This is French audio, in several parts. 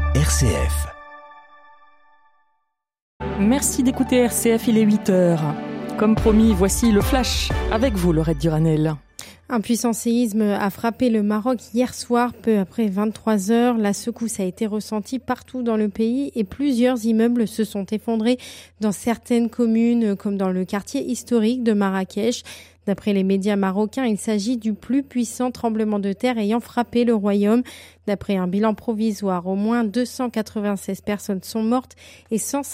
RCF. Merci d'écouter RCF, il est 8h. Comme promis, voici le flash avec vous, Laurette Duranel. Un puissant séisme a frappé le Maroc hier soir, peu après 23 heures. La secousse a été ressentie partout dans le pays et plusieurs immeubles se sont effondrés dans certaines communes, comme dans le quartier historique de Marrakech. D'après les médias marocains, il s'agit du plus puissant tremblement de terre ayant frappé le royaume. D'après un bilan provisoire, au moins 296 personnes sont mortes et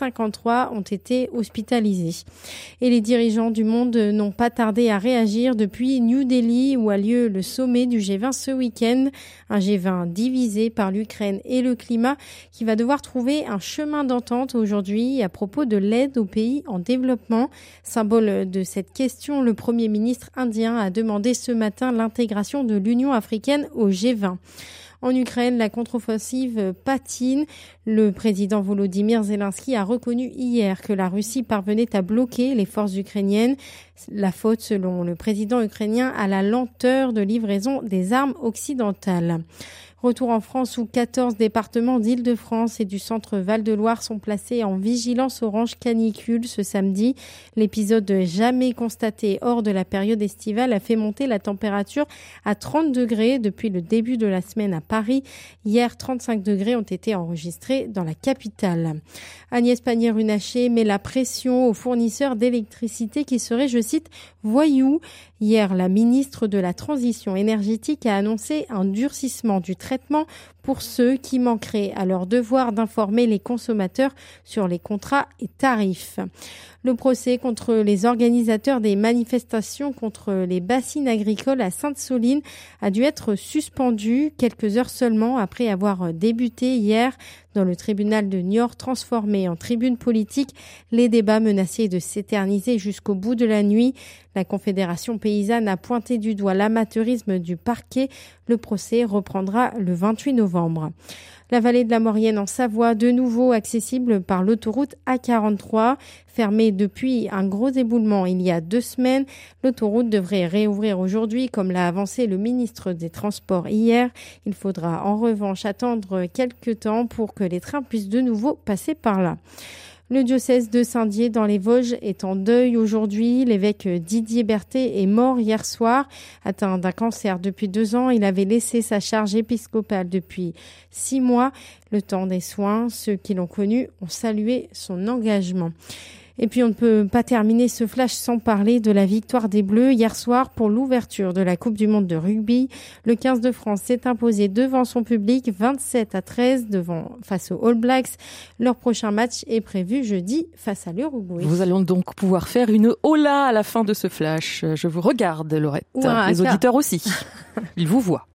153 ont été hospitalisées. Et les dirigeants du monde n'ont pas tardé à réagir depuis New Delhi, où a lieu le sommet du G20 ce week-end. Un G20 divisé par l'Ukraine et le climat qui va devoir trouver un chemin d'entente aujourd'hui à propos de l'aide aux pays en développement. Symbole de cette question, le Premier ministre indien a demandé ce matin l'intégration de l'Union africaine au G20. En Ukraine, la contre-offensive patine. Le président Volodymyr Zelensky a reconnu hier que la Russie parvenait à bloquer les forces ukrainiennes. La faute, selon le président ukrainien, à la lenteur de livraison des armes occidentales. Retour en France où 14 départements d'Île-de-France et du centre Val-de-Loire sont placés en vigilance orange canicule ce samedi. L'épisode jamais constaté hors de la période estivale a fait monter la température à 30 degrés depuis le début de la semaine à Paris. Hier, 35 degrés ont été enregistrés dans la capitale. Agnès Pannier-Runacher met la pression aux fournisseurs d'électricité qui seraient, je cite, voyous. Hier, la ministre de la Transition énergétique a annoncé un durcissement du traitement pour ceux qui manqueraient à leur devoir d'informer les consommateurs sur les contrats et tarifs. Le procès contre les organisateurs des manifestations contre les bassines agricoles à Sainte-Soline a dû être suspendu quelques heures seulement après avoir débuté hier dans le tribunal de Niort transformé en tribune politique. Les débats menaçaient de s'éterniser jusqu'au bout de la nuit. La Confédération paysanne a pointé du doigt l'amateurisme du parquet. Le procès reprendra le 28 novembre. La vallée de la Maurienne en Savoie, de nouveau accessible par l'autoroute A43, fermée depuis un gros éboulement il y a 2 semaines. L'autoroute devrait réouvrir aujourd'hui, comme l'a avancé le ministre des Transports hier. Il faudra en revanche attendre quelques temps pour que les trains puissent de nouveau passer par là. Le diocèse de Saint-Dié dans les Vosges est en deuil aujourd'hui. L'évêque Didier Berthet est mort hier soir. Atteint d'un cancer depuis 2 ans, il avait laissé sa charge épiscopale depuis 6 mois. Le temps des soins, ceux qui l'ont connu ont salué son engagement. Et puis on ne peut pas terminer ce flash sans parler de la victoire des Bleus hier soir pour l'ouverture de la Coupe du Monde de rugby. Le 15 de France s'est imposé devant son public 27-13 face aux All Blacks. Leur prochain match est prévu jeudi face à l'Uruguay. Vous allez donc pouvoir faire une hola à la fin de ce flash. Je vous regarde, Laurette. Les auditeurs aussi. Ils vous voient.